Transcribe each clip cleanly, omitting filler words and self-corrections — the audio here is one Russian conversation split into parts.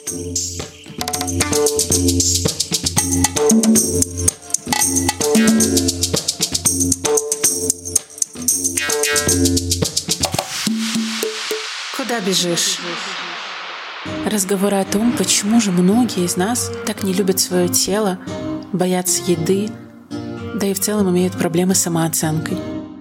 Куда бежишь? Разговоры о том, почему же многие из нас так не любят свое тело, боятся еды, да и в целом имеют проблемы с самооценкой.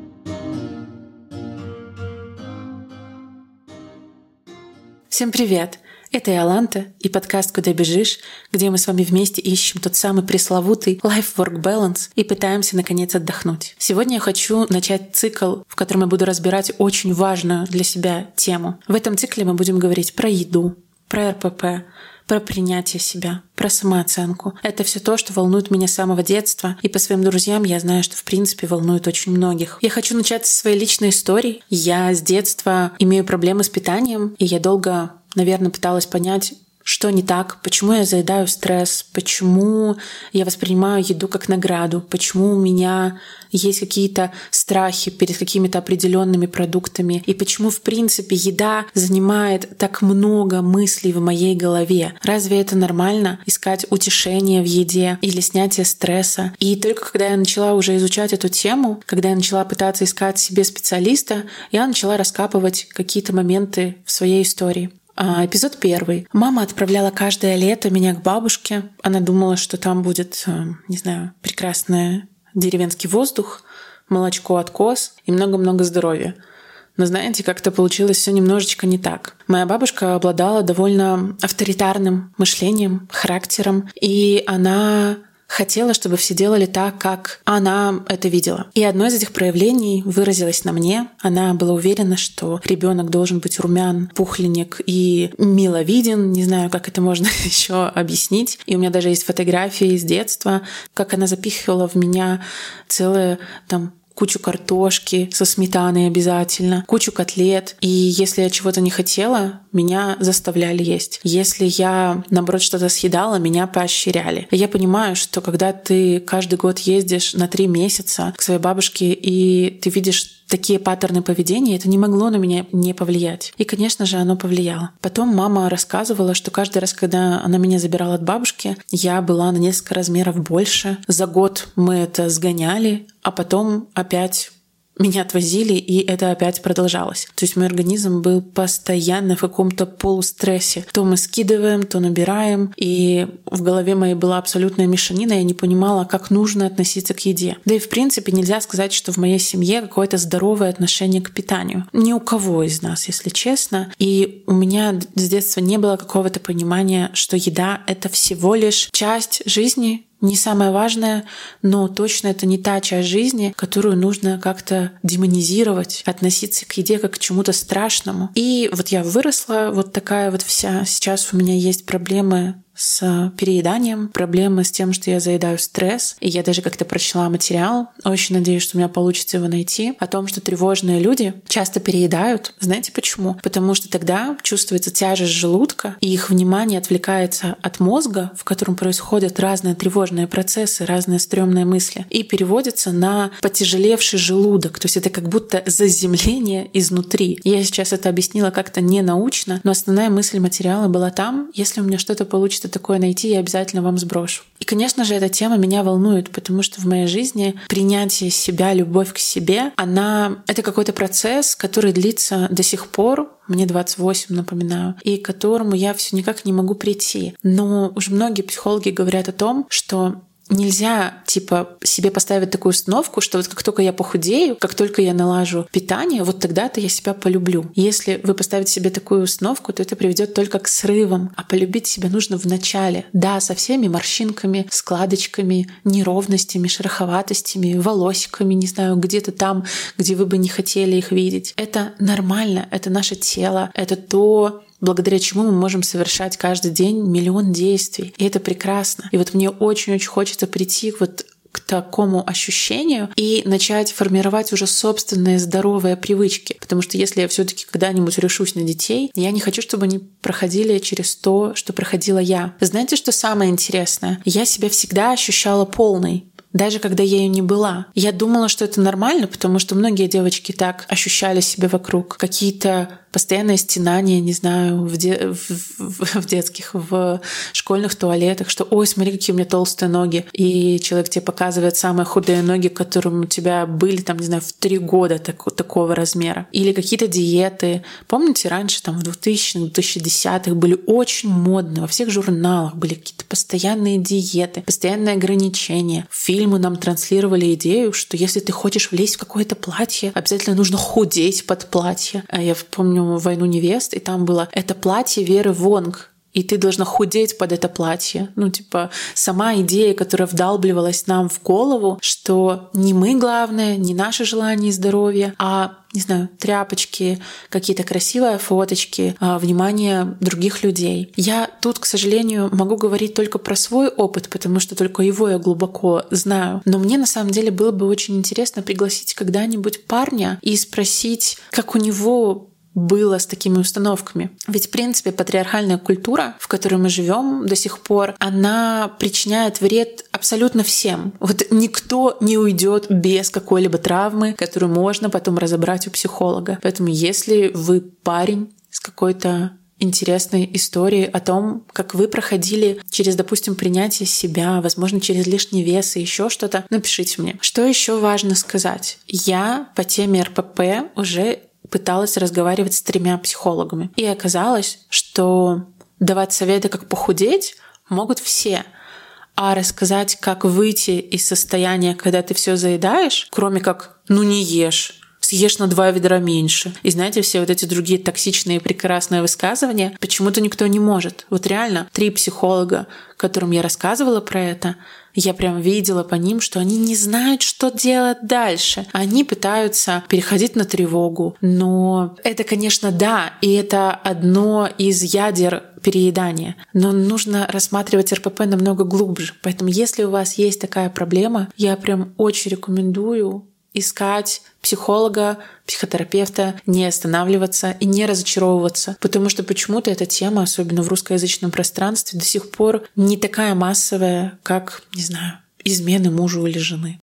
Всем привет! Это Иоланта и подкаст «Куда бежишь», где мы с вами вместе ищем тот самый пресловутый life-work balance и пытаемся, наконец, отдохнуть. Сегодня я хочу начать цикл, в котором я буду разбирать очень важную для себя тему. В этом цикле мы будем говорить про еду, про РПП, про принятие себя, про самооценку. Это все то, что волнует меня с самого детства, и по своим друзьям я знаю, что в принципе волнует очень многих. Я хочу начать со своей личной истории. Я с детства имею проблемы с питанием, и я долго, наверное, пыталась понять, что не так, почему я заедаю стресс, почему я воспринимаю еду как награду, почему у меня есть какие-то страхи перед какими-то определенными продуктами, и почему, в принципе, еда занимает так много мыслей в моей голове. Разве это нормально — искать утешение в еде или снятие стресса? И только когда я начала уже изучать эту тему, когда я начала пытаться искать себе специалиста, я начала раскапывать какие-то моменты в своей истории. Эпизод 1. Мама отправляла каждое лето меня к бабушке. Она думала, что там будет, не знаю, прекрасный деревенский воздух, молочко от коз и много-много здоровья. Но знаете, как-то получилось все немножечко не так. Моя бабушка обладала довольно авторитарным мышлением, характером, и она хотела, чтобы все делали так, как она это видела. И одно из этих проявлений выразилось на мне. Она была уверена, что ребенок должен быть румян, пухленек и миловиден. Не знаю, как это можно еще объяснить. И у меня даже есть фотографии с детства, как она запихивала в меня целое кучу картошки со сметаной обязательно, кучу котлет. И если я чего-то не хотела, меня заставляли есть. Если я, наоборот, что-то съедала, меня поощряли. И я понимаю, что когда ты каждый год ездишь на 3 месяца к своей бабушке, и ты видишь такие паттерны поведения, это не могло на меня не повлиять. И, конечно же, оно повлияло. Потом мама рассказывала, что каждый раз, когда она меня забирала от бабушки, я была на несколько размеров больше. За год мы это сгоняли, а потом опять меня отвозили, и это опять продолжалось. То есть мой организм был постоянно в каком-то полустрессе. То мы скидываем, то набираем, и в голове моей была абсолютная мешанина, я не понимала, как нужно относиться к еде. Да и в принципе нельзя сказать, что в моей семье какое-то здоровое отношение к питанию. Ни у кого из нас, если честно. И у меня с детства не было какого-то понимания, что еда — это всего лишь часть жизни, не самое важное, но точно это не та часть жизни, которую нужно как-то демонизировать, относиться к еде как к чему-то страшному. И вот я выросла вот такая вот вся. Сейчас у меня есть проблемы с перееданием, проблемы с тем, что я заедаю стресс. И я даже как-то прочла материал, очень надеюсь, что у меня получится его найти, о том, что тревожные люди часто переедают. Знаете почему? Потому что тогда чувствуется тяжесть желудка, и их внимание отвлекается от мозга, в котором происходят разные тревожные процессы, разные стрёмные мысли, и переводится на потяжелевший желудок. То есть это как будто заземление изнутри. Я сейчас это объяснила как-то ненаучно, но основная мысль материала была там. Если у меня что-то получится такое найти, я обязательно вам сброшу. И, конечно же, эта тема меня волнует, потому что в моей жизни принятие себя, любовь к себе, это какой-то процесс, который длится до сих пор. Мне 28, напоминаю, и к которому я все никак не могу прийти. Но уже многие психологи говорят о том, что нельзя, себе поставить такую установку, что вот как только я похудею, как только я налажу питание, вот тогда-то я себя полюблю. Если вы поставите себе такую установку, то это приведет только к срывам. А полюбить себя нужно в начале. Да, со всеми морщинками, складочками, неровностями, шероховатостями, волосиками, не знаю, где-то там, где вы бы не хотели их видеть. Это нормально, это наше тело, это то, благодаря чему мы можем совершать каждый день миллион действий. И это прекрасно. И вот мне очень-очень хочется прийти к такому ощущению и начать формировать уже собственные здоровые привычки. Потому что если я все-таки когда-нибудь решусь на детей, я не хочу, чтобы они проходили через то, что проходила я. Знаете, что самое интересное? Я себя всегда ощущала полной. Даже когда я ею не была. Я думала, что это нормально, потому что многие девочки так ощущали себя вокруг. Какие-то постоянное стенание, не знаю, в детских, в школьных туалетах, что «Ой, смотри, какие у меня толстые ноги». И человек тебе показывает самые худые ноги, которые у тебя были, там, не знаю, в 3 года такого размера. Или какие-то диеты. Помните, раньше, там, в 2000-х, 2010-х были очень модные, во всех журналах были какие-то постоянные диеты, постоянные ограничения. Фильмы нам транслировали идею, что если ты хочешь влезть в какое-то платье, обязательно нужно худеть под платье. А я помню «Войну невест», и там было «это платье Веры Вонг», и ты должна худеть под это платье. Сама идея, которая вдалбливалась нам в голову, что не мы главное, не наше желание и здоровье, а, не знаю, тряпочки, какие-то красивые фоточки, внимание других людей. Я тут, к сожалению, могу говорить только про свой опыт, потому что только его я глубоко знаю. Но мне на самом деле было бы очень интересно пригласить когда-нибудь парня и спросить, как у него было с такими установками. Ведь, в принципе, патриархальная культура, в которой мы живем до сих пор, она причиняет вред абсолютно всем. Никто не уйдет без какой-либо травмы, которую можно потом разобрать у психолога. Поэтому, если вы парень с какой-то интересной историей о том, как вы проходили через, допустим, принятие себя, возможно, через лишний вес и еще что-то, напишите мне. Что еще важно сказать? Я по теме РПП уже пыталась разговаривать с 3 психологами. И оказалось, что давать советы, как похудеть, могут все. А рассказать, как выйти из состояния, когда ты все заедаешь, кроме как не ешь, съешь на 2 ведра меньше. И знаете, все эти другие токсичные прекрасные высказывания почему-то никто не может. Реально, 3 психолога, которым я рассказывала про это, я прям видела по ним, что они не знают, что делать дальше. Они пытаются переходить на тревогу. Но это, конечно, да, и это одно из ядер переедания. Но нужно рассматривать РПП намного глубже. Поэтому если у вас есть такая проблема, я прям очень рекомендую искать психолога, психотерапевта, не останавливаться и не разочаровываться. Потому что почему-то эта тема, особенно в русскоязычном пространстве, до сих пор не такая массовая, как, не знаю, измены мужу или жены.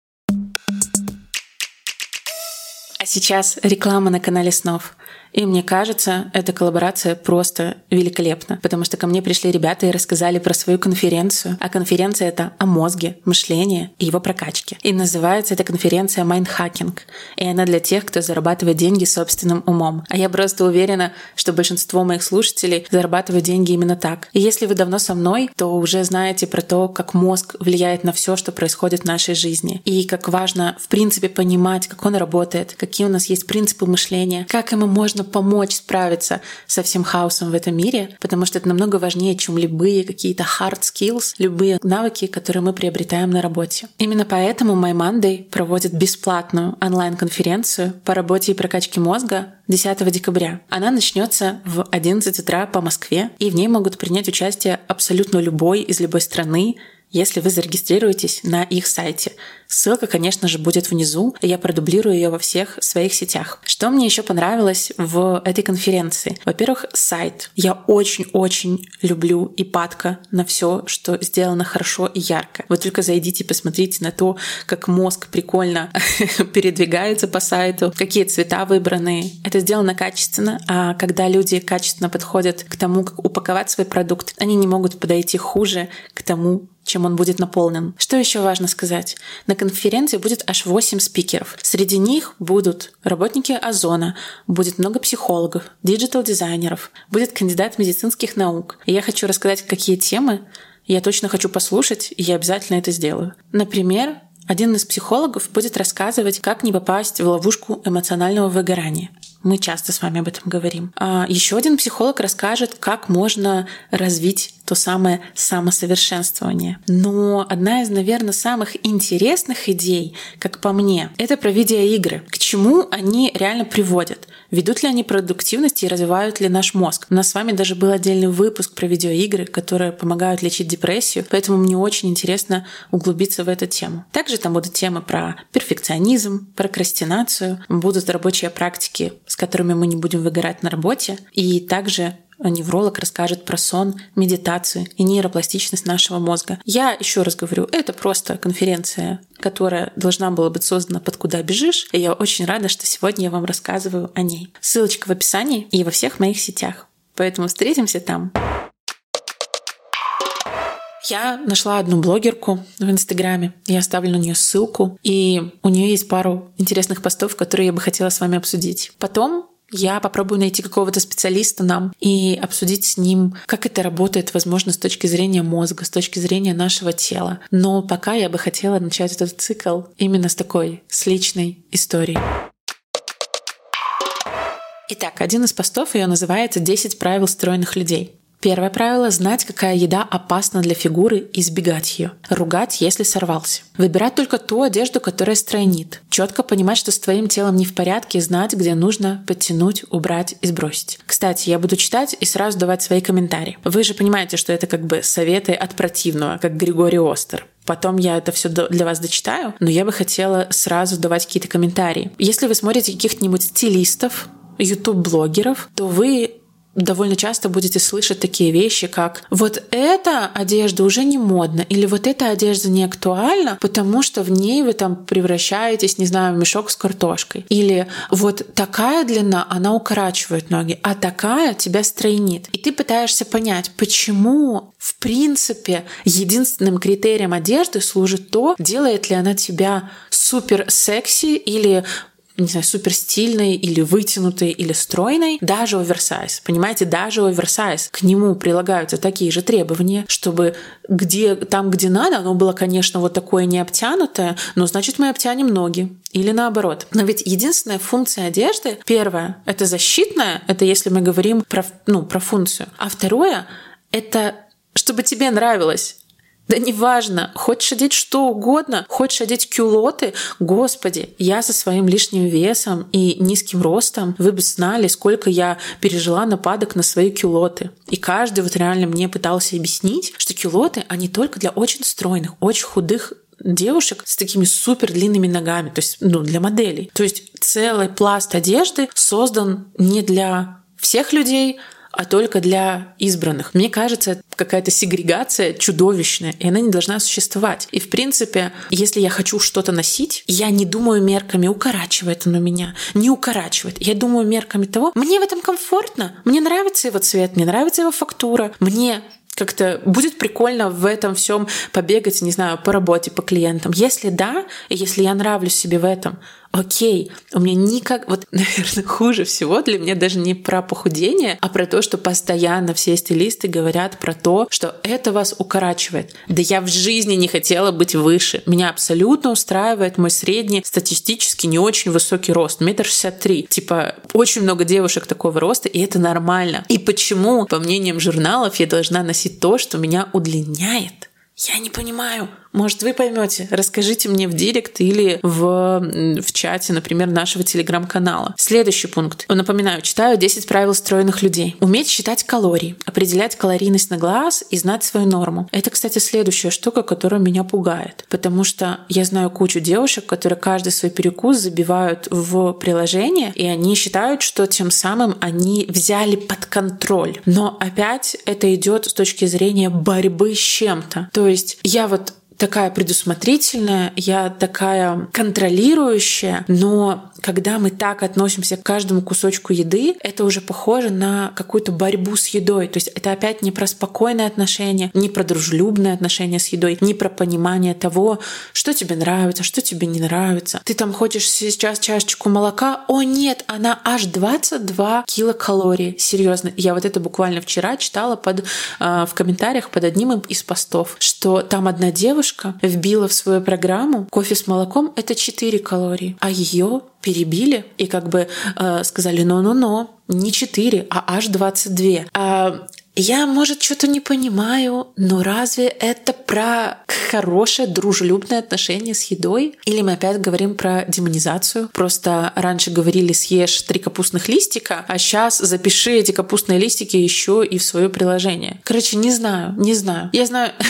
А сейчас реклама на канале Снов. И мне кажется, эта коллаборация просто великолепна, потому что ко мне пришли ребята и рассказали про свою конференцию. А конференция — это о мозге, мышлении и его прокачке. И называется эта конференция «Майндхакинг». И она для тех, кто зарабатывает деньги собственным умом. А я просто уверена, что большинство моих слушателей зарабатывают деньги именно так. И если вы давно со мной, то уже знаете про то, как мозг влияет на все, что происходит в нашей жизни. И как важно, в принципе, понимать, как он работает, какие у нас есть принципы мышления, как ему можно помочь справиться со всем хаосом в этом мире, потому что это намного важнее, чем любые какие-то hard skills, любые навыки, которые мы приобретаем на работе. Именно поэтому My Monday проводит бесплатную онлайн-конференцию по работе и прокачке мозга 10 декабря. Она начнется в 11 утра по Москве, и в ней могут принять участие абсолютно любой из любой страны, если вы зарегистрируетесь на их сайте. Ссылка, конечно же, будет внизу, и я продублирую ее во всех своих сетях. Что мне еще понравилось в этой конференции? Во-первых, сайт. Я очень-очень люблю и падка на все, что сделано хорошо и ярко. Вы только зайдите и посмотрите на то, как мозг прикольно передвигается по сайту, какие цвета выбраны. Это сделано качественно, а когда люди качественно подходят к тому, как упаковать свой продукт, они не могут подойти хуже к тому, чем он будет наполнен. Что еще важно сказать? На конференции будет аж 8 спикеров. Среди них будут работники Озона, будет много психологов, диджитал-дизайнеров, будет кандидат медицинских наук. И я хочу рассказать, какие темы я точно хочу послушать, и я обязательно это сделаю. Например, один из психологов будет рассказывать, как не попасть в ловушку эмоционального выгорания. Мы часто с вами об этом говорим. А еще один психолог расскажет, как можно развить то самое самосовершенствование. Но одна из, наверное, самых интересных идей, как по мне, это про видеоигры. К чему они реально приводят? Ведут ли они к продуктивности и развивают ли наш мозг? У нас с вами даже был отдельный выпуск про видеоигры, которые помогают лечить депрессию, поэтому мне очень интересно углубиться в эту тему. Также там будут темы про перфекционизм, прокрастинацию, будут рабочие практики, с которыми мы не будем выгорать на работе, и также невролог расскажет про сон, медитацию и нейропластичность нашего мозга. Я еще раз говорю, это просто конференция, которая должна была быть создана под «Куда бежишь?», и я очень рада, что сегодня я вам рассказываю о ней. Ссылочка в описании и во всех моих сетях. Поэтому встретимся там. Я нашла одну блогерку в Инстаграме, я оставлю на нее ссылку, и у нее есть пару интересных постов, которые я бы хотела с вами обсудить. Потом я попробую найти какого-то специалиста нам и обсудить с ним, как это работает, возможно, с точки зрения мозга, с точки зрения нашего тела. Но пока я бы хотела начать этот цикл именно с личной историей. Итак, один из постов ее называется «10 правил стройных людей». Первое правило — знать, какая еда опасна для фигуры, и избегать ее. Ругать, если сорвался. Выбирать только ту одежду, которая стройнит. Четко понимать, что с твоим телом не в порядке, и знать, где нужно подтянуть, убрать и сбросить. Кстати, я буду читать и сразу давать свои комментарии. Вы же понимаете, что это советы от противного, как Григорий Остер. Потом я это все для вас дочитаю, но я бы хотела сразу давать какие-то комментарии. Если вы смотрите каких-нибудь стилистов, YouTube-блогеров, то вы довольно часто будете слышать такие вещи, как «вот эта одежда уже не модна» или «вот эта одежда не актуальна, потому что в ней вы превращаетесь, не знаю, в мешок с картошкой». Или «вот такая длина, она укорачивает ноги, а такая тебя стройнит». И ты пытаешься понять, почему в принципе единственным критерием одежды служит то, делает ли она тебя супер секси или не знаю, супер стильной или вытянутой или стройной, даже оверсайз. Понимаете, даже оверсайз. К нему прилагаются такие же требования, чтобы там, где надо, оно было, конечно, вот такое не обтянутое, но значит мы обтянем ноги. Или наоборот. Но ведь единственная функция одежды, первое, это защитная, это если мы говорим про функцию. А второе, это чтобы тебе нравилось. Да неважно, хочешь одеть что угодно, хочешь одеть кюлоты. Господи, я со своим лишним весом и низким ростом, вы бы знали, сколько я пережила нападок на свои кюлоты. И каждый реально мне пытался объяснить, что кюлоты, они только для очень стройных, очень худых девушек с такими супер длинными ногами, то есть для моделей. То есть целый пласт одежды создан не для всех людей, а только для избранных. Мне кажется, это какая-то сегрегация чудовищная, и она не должна существовать. И в принципе, если я хочу что-то носить, я не думаю мерками, укорачивает оно меня, не укорачивает. Я думаю мерками того, мне в этом комфортно, мне нравится его цвет, мне нравится его фактура, мне как-то будет прикольно в этом всем побегать, не знаю, по работе, по клиентам. Если да, и если я нравлюсь себе в этом, окей, у меня наверное, хуже всего для меня даже не про похудение, а про то, что постоянно все стилисты говорят про то, что это вас укорачивает. Да я в жизни не хотела быть выше. Меня абсолютно устраивает мой средний, статистически не очень высокий рост, 1,63 м. Очень много девушек такого роста, и это нормально. И почему, по мнениям журналов, я должна носить то, что меня удлиняет? Я не понимаю. Может, вы поймете. Расскажите мне в директ или в чате, например, нашего телеграм-канала. Следующий пункт. Напоминаю, читаю 10 правил стройных людей. Уметь считать калории, определять калорийность на глаз и знать свою норму. Это, кстати, следующая штука, которая меня пугает. Потому что я знаю кучу девушек, которые каждый свой перекус забивают в приложение, и они считают, что тем самым они взяли под контроль. Но опять это идет с точки зрения борьбы с чем-то. То есть я такая предусмотрительная, я такая контролирующая, но когда мы так относимся к каждому кусочку еды, это уже похоже на какую-то борьбу с едой. То есть это опять не про спокойное отношение, не про дружелюбное отношение с едой, не про понимание того, что тебе нравится, что тебе не нравится. Ты хочешь сейчас чашечку молока? О нет, она аж 22 килокалорий. Серьезно. Я это буквально вчера читала в комментариях под одним из постов, что там одна девушка вбила в свою программу кофе с молоком — это 4 калории, а ее перебили и сказали «но-но-но, не 4, а аж 22». Я, может, что-то не понимаю, но разве это про хорошее, дружелюбное отношение с едой? Или мы опять говорим про демонизацию? Просто раньше говорили: съешь 3 капустных листика, а сейчас запиши эти капустные листики еще и в свое приложение. Короче, не знаю. Я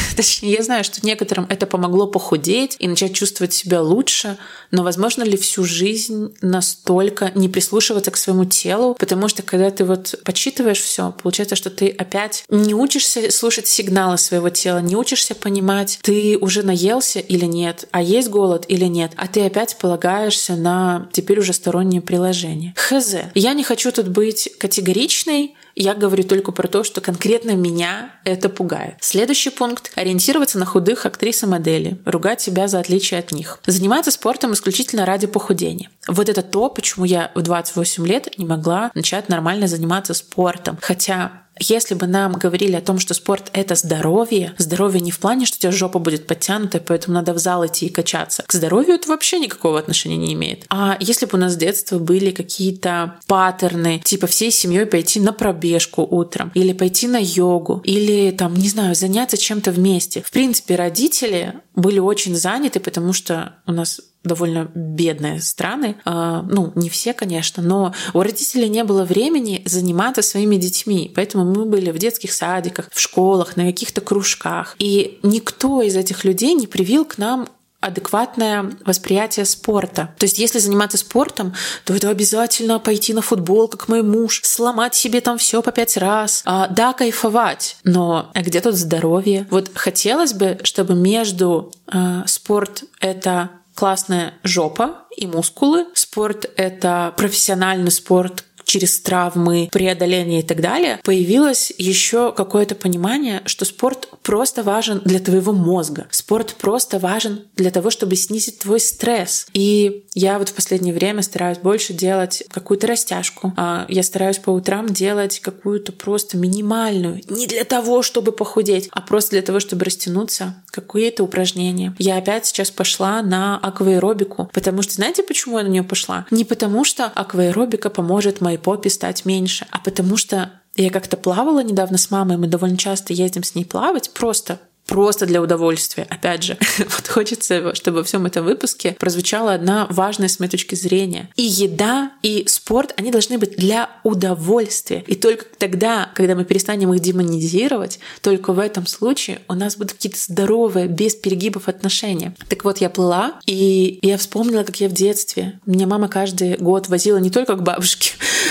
знаю, что некоторым это помогло похудеть и начать чувствовать себя лучше, но возможно ли всю жизнь настолько не прислушиваться к своему телу? Потому что когда ты подсчитываешь все, получается, что ты опять не учишься слушать сигналы своего тела, не учишься понимать, ты уже наелся или нет, а есть голод или нет, а ты опять полагаешься на теперь уже сторонние приложения. Хз. Я не хочу тут быть категоричной, я говорю только про то, что конкретно меня это пугает. Следующий пункт — ориентироваться на худых актрис и моделей, ругать себя за отличие от них. Заниматься спортом исключительно ради похудения. Вот это то, почему я в 28 лет не могла начать нормально заниматься спортом. Хотя если бы нам говорили о том, что спорт — это здоровье не в плане, что у тебя жопа будет подтянутая, поэтому надо в зал идти и качаться. К здоровью это вообще никакого отношения не имеет. А если бы у нас с детства были какие-то паттерны, типа всей семьей пойти на пробежку утром, или пойти на йогу, или заняться чем-то вместе. В принципе, родители были очень заняты, потому что у нас довольно бедные страны. Не все, конечно, но у родителей не было времени заниматься своими детьми. Поэтому мы были в детских садиках, в школах, на каких-то кружках. И никто из этих людей не привил к нам адекватное восприятие спорта. То есть если заниматься спортом, то это обязательно пойти на футбол, как мой муж, сломать себе там все по 5 раз. Да, кайфовать, но где тут здоровье? Хотелось бы, чтобы между спорт — это классная жопа и мускулы, спорт — это профессиональный спорт через травмы, преодоление и так далее, появилось еще какое-то понимание, что спорт просто важен для твоего мозга. Спорт просто важен для того, чтобы снизить твой стресс. И я в последнее время стараюсь больше делать какую-то растяжку. Я стараюсь по утрам делать какую-то просто минимальную, не для того, чтобы похудеть, а просто для того, чтобы растянуться, какие-то упражнения. Я опять сейчас пошла на акваэробику, потому что знаете, почему я на нее пошла? Не потому что акваэробика поможет моей попе стать меньше, а потому что я как-то плавала недавно с мамой, мы довольно часто ездим с ней плавать, просто для удовольствия. Опять же, хочется, чтобы во всем этом выпуске прозвучала одна важная с моей точки зрения. И еда, и спорт, они должны быть для удовольствия. И только тогда, когда мы перестанем их демонизировать, только в этом случае у нас будут какие-то здоровые, без перегибов отношения. Так вот, я плыла, и я вспомнила, как я в детстве. Меня мама каждый год возила не только к бабушке,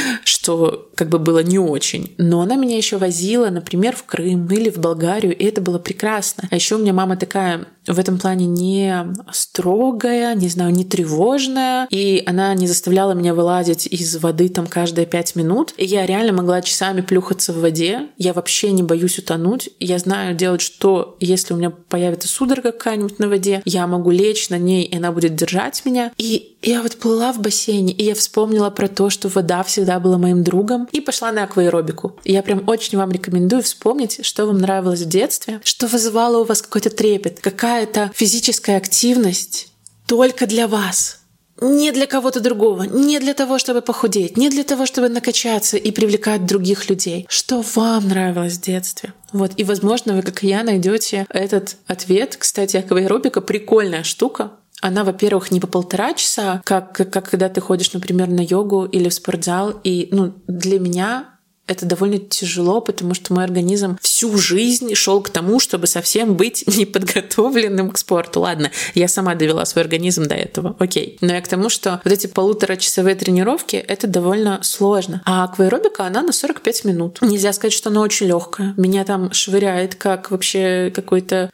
что было не очень, но она меня еще возила, например, в Крым или в Болгарию, и это было прекрасно. А еще у меня мама такая в этом плане не строгая, не тревожная, и она не заставляла меня вылазить из воды каждые 5 минут. И я реально могла часами плюхаться в воде. Я вообще не боюсь утонуть. Я знаю делать, что если у меня появится судорога какая-нибудь на воде, я могу лечь на ней, и она будет держать меня. И я плыла в бассейне, и я вспомнила про то, что вода всегда была моим другом, и пошла на акваэробику. Я прям очень вам рекомендую вспомнить, что вам нравилось в детстве, что вызывало у вас какой-то трепет, какая-то физическая активность только для вас. Не для кого-то другого, не для того, чтобы похудеть, не для того, чтобы накачаться и привлекать других людей. Что вам нравилось в детстве? И, возможно, вы, как и я, найдете этот ответ. Кстати, акваэробика — прикольная штука. Она, во-первых, не по 1,5 часа, как когда ты ходишь, например, на йогу или в спортзал. И для меня это довольно тяжело, потому что мой организм всю жизнь шел к тому, чтобы совсем быть неподготовленным к спорту. Ладно, я сама довела свой организм до этого, окей. Но я к тому, что эти 1,5-часовые тренировки — это довольно сложно. А акваэробика, она на 45 минут. Нельзя сказать, что она очень легкая. Меня там швыряет, как вообще какой-то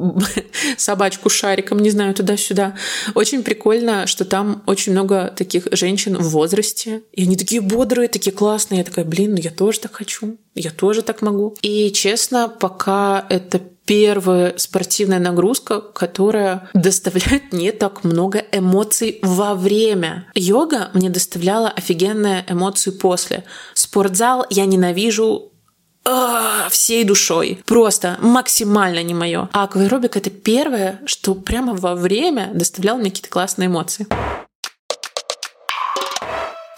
собачку шариком, не знаю, туда-сюда. Очень прикольно, что там очень много таких женщин в возрасте. И они такие бодрые, такие классные. Я такая, я тоже так хочу, я тоже так могу. И честно, пока это первая спортивная нагрузка, которая доставляет не так много эмоций во время. Йога мне доставляла офигенные эмоции после. Спортзал я ненавижу всей душой. Просто максимально не мое. А акваэробика — это первое, что прямо во время доставляло мне какие-то классные эмоции.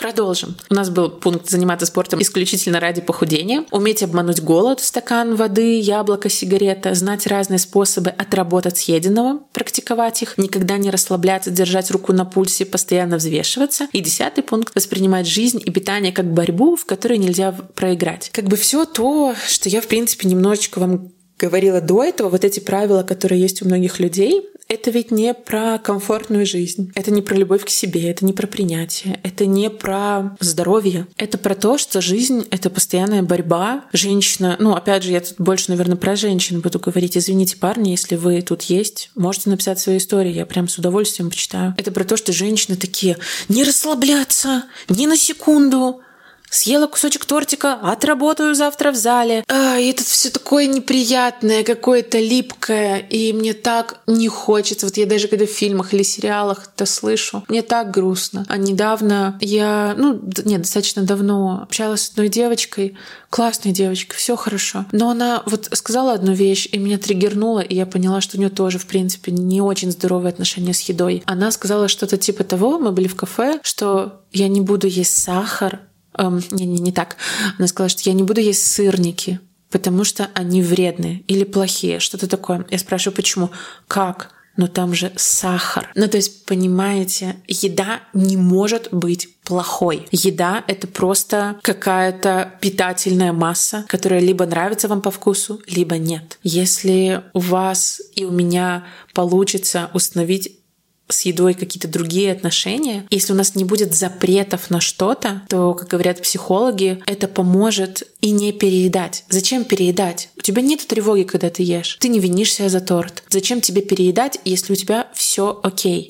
Продолжим. У нас был пункт заниматься спортом исключительно ради похудения, уметь обмануть голод, стакан воды, яблоко, сигарета, знать разные способы отработать съеденного, практиковать их, никогда не расслабляться, держать руку на пульсе, постоянно взвешиваться. И 10-й пункт — воспринимать жизнь и питание как борьбу, в которой нельзя проиграть. Как бы все то, что я, в принципе, немножечко вам говорила до этого, вот эти правила, которые есть у многих людей, это ведь не про комфортную жизнь, это не про любовь к себе, это не про принятие, это не про здоровье. Это про то, что жизнь — это постоянная борьба. Женщина, опять же, я тут больше, наверное, про женщин буду говорить. Извините, парни, если вы тут есть, можете написать свои истории, я прям с удовольствием почитаю. Это про то, что женщины такие: не расслабляться ни на секунду, съела кусочек тортика, отработаю завтра в зале. И это все такое неприятное, какое-то липкое, и мне так не хочется. Вот я даже когда в фильмах или сериалах это слышу, мне так грустно. А недавно достаточно давно общалась с одной девочкой, классной девочкой, все хорошо. Но она вот сказала одну вещь, и меня триггернуло, и я поняла, что у нее тоже, в принципе, не очень здоровые отношения с едой. Она сказала что-то типа того, мы были в кафе, что я не буду есть сахар. Не так. Она сказала, что я не буду есть сырники, потому что они вредные или плохие, что-то такое. Я спрашиваю, почему? Как? Но там же сахар. То есть, понимаете, еда не может быть плохой. Еда — это просто какая-то питательная масса, которая либо нравится вам по вкусу, либо нет. Если у вас и у меня получится установить с едой какие-то другие отношения, если у нас не будет запретов на что-то, то, как говорят психологи, это поможет и не переедать. Зачем переедать? У тебя нет тревоги, когда ты ешь. Ты не винишь себя за торт. Зачем тебе переедать, если у тебя все окей?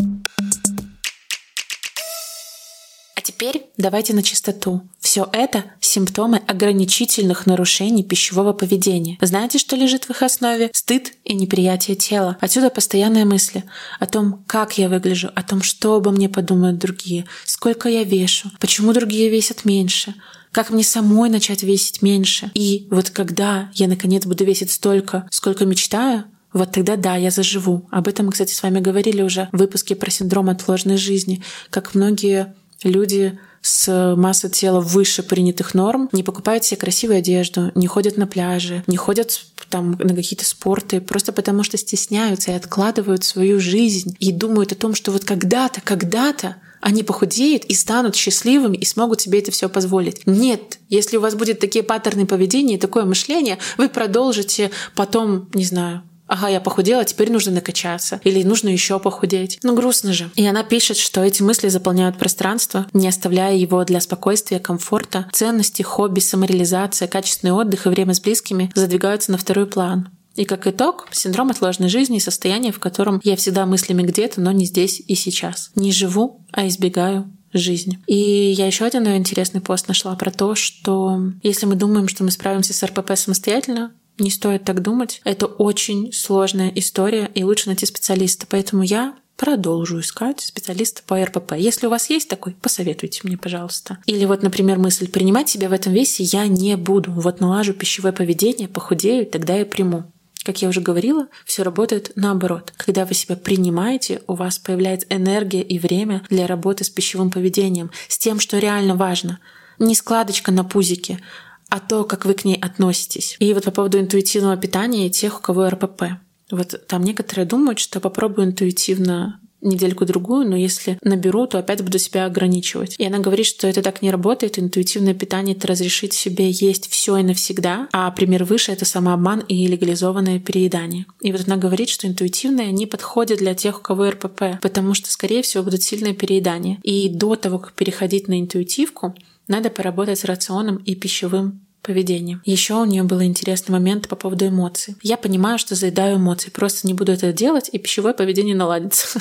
Теперь давайте на чистоту. Все это симптомы ограничительных нарушений пищевого поведения. Знаете, что лежит в их основе? Стыд и неприятие тела. Отсюда постоянные мысли о том, как я выгляжу, о том, что обо мне подумают другие, сколько я вешу, почему другие весят меньше, как мне самой начать весить меньше. И вот когда я наконец буду весить столько, сколько мечтаю, вот тогда да, я заживу. Об этом мы, кстати, с вами говорили уже в выпуске про синдром отложенной жизни, как многие люди с массой тела выше принятых норм не покупают себе красивую одежду, не ходят на пляжи, не ходят там на какие-то спорты, просто потому что стесняются и откладывают свою жизнь и думают о том, что вот когда-то они похудеют и станут счастливыми и смогут себе это все позволить. Нет, если у вас будут такие паттерны поведения и такое мышление, вы продолжите потом, не знаю, ага, я похудела, теперь нужно накачаться. Или нужно еще похудеть. Грустно же. И она пишет, что эти мысли заполняют пространство, не оставляя его для спокойствия, комфорта, ценности, хобби, самореализация, качественный отдых и время с близкими задвигаются на второй план. И как итог, синдром отложенной жизни — состояние, в котором я всегда мыслями где-то, но не здесь и сейчас. Не живу, а избегаю жизни. И я еще один интересный пост нашла про то, что если мы думаем, что мы справимся с РПП самостоятельно, не стоит так думать. Это очень сложная история, и лучше найти специалиста. Поэтому я продолжу искать специалиста по РПП. Если у вас есть такой, посоветуйте мне, пожалуйста. Или вот, например, мысль: принимать себя в этом весе я не буду. Вот налажу пищевое поведение, похудею, тогда я приму. Как я уже говорила, все работает наоборот. Когда вы себя принимаете, у вас появляется энергия и время для работы с пищевым поведением, с тем, что реально важно. Не складочка на пузике, а то, как вы к ней относитесь. И вот по поводу интуитивного питания и тех, у кого РПП. Вот там некоторые думают, что попробую интуитивно недельку-другую, но если наберу, то опять буду себя ограничивать. И она говорит, что это так не работает. Интуитивное питание — это разрешить себе есть все и навсегда, а пример выше — это самообман и легализованное переедание. И вот она говорит, что интуитивное не подходит для тех, у кого РПП, потому что, скорее всего, будут сильные переедания. И до того, как переходить на интуитивку, надо поработать с рационом и пищевым поведением. Еще у нее был интересный момент по поводу эмоций. Я понимаю, что заедаю эмоции, просто не буду это делать, и пищевое поведение наладится.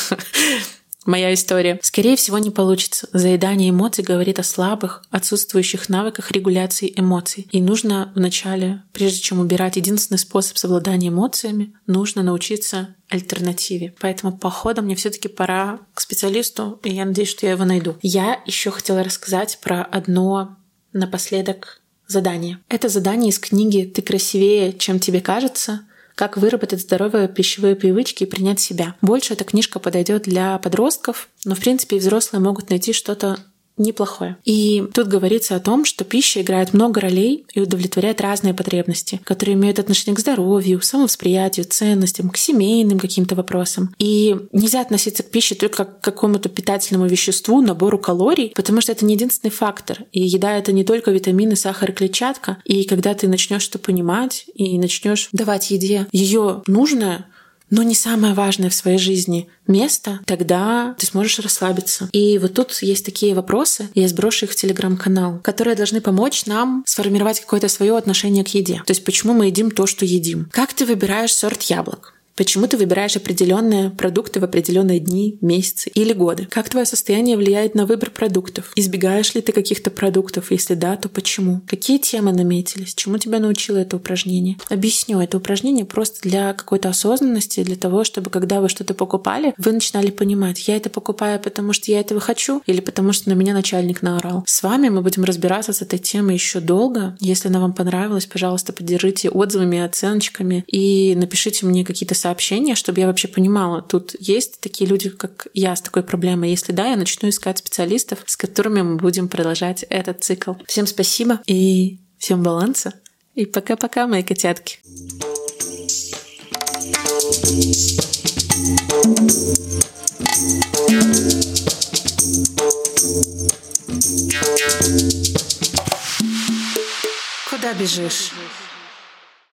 Моя история. Скорее всего, не получится. Заедание эмоций говорит о слабых, отсутствующих навыках регуляции эмоций. И нужно вначале, прежде чем убирать единственный способ совладания эмоциями, нужно научиться альтернативе. Поэтому, походу, мне все-таки пора к специалисту, и я надеюсь, что я его найду. Я еще хотела рассказать про одно напоследок задание. Это задание из книги «Ты красивее, чем тебе кажется. Как выработать здоровые пищевые привычки и принять себя». Больше эта книжка подойдет для подростков, но, в принципе, и взрослые могут найти что-то неплохое. И тут говорится о том, что пища играет много ролей и удовлетворяет разные потребности, которые имеют отношение к здоровью, самовосприятию, ценностям, к семейным каким-то вопросам. И нельзя относиться к пище только как к какому-то питательному веществу, набору калорий, потому что это не единственный фактор. И еда — это не только витамины, сахар и клетчатка. И когда ты начнешь это понимать и начнешь давать еде ее нужное, но не самое важное в своей жизни место, тогда ты сможешь расслабиться. И вот тут есть такие вопросы, я сброшу их в Телеграм-канал, которые должны помочь нам сформировать какое-то свое отношение к еде. То есть почему мы едим то, что едим. Как ты выбираешь сорт яблок? Почему ты выбираешь определенные продукты в определенные дни, месяцы или годы? Как твое состояние влияет на выбор продуктов? Избегаешь ли ты каких-то продуктов? Если да, то почему? Какие темы наметились? Чему тебя научило это упражнение? Объясню. Это упражнение просто для какой-то осознанности, для того, чтобы когда вы что-то покупали, вы начинали понимать, я это покупаю, потому что я этого хочу, или потому что на меня начальник наорал. С вами мы будем разбираться с этой темой еще долго. Если она вам понравилась, пожалуйста, поддержите отзывами, оценочками и напишите мне какие-то сообщения, чтобы я вообще понимала, тут есть такие люди, как я, с такой проблемой. Если да, я начну искать специалистов, с которыми мы будем продолжать этот цикл. Всем спасибо и всем баланса. И пока-пока, мои котятки. Куда бежишь?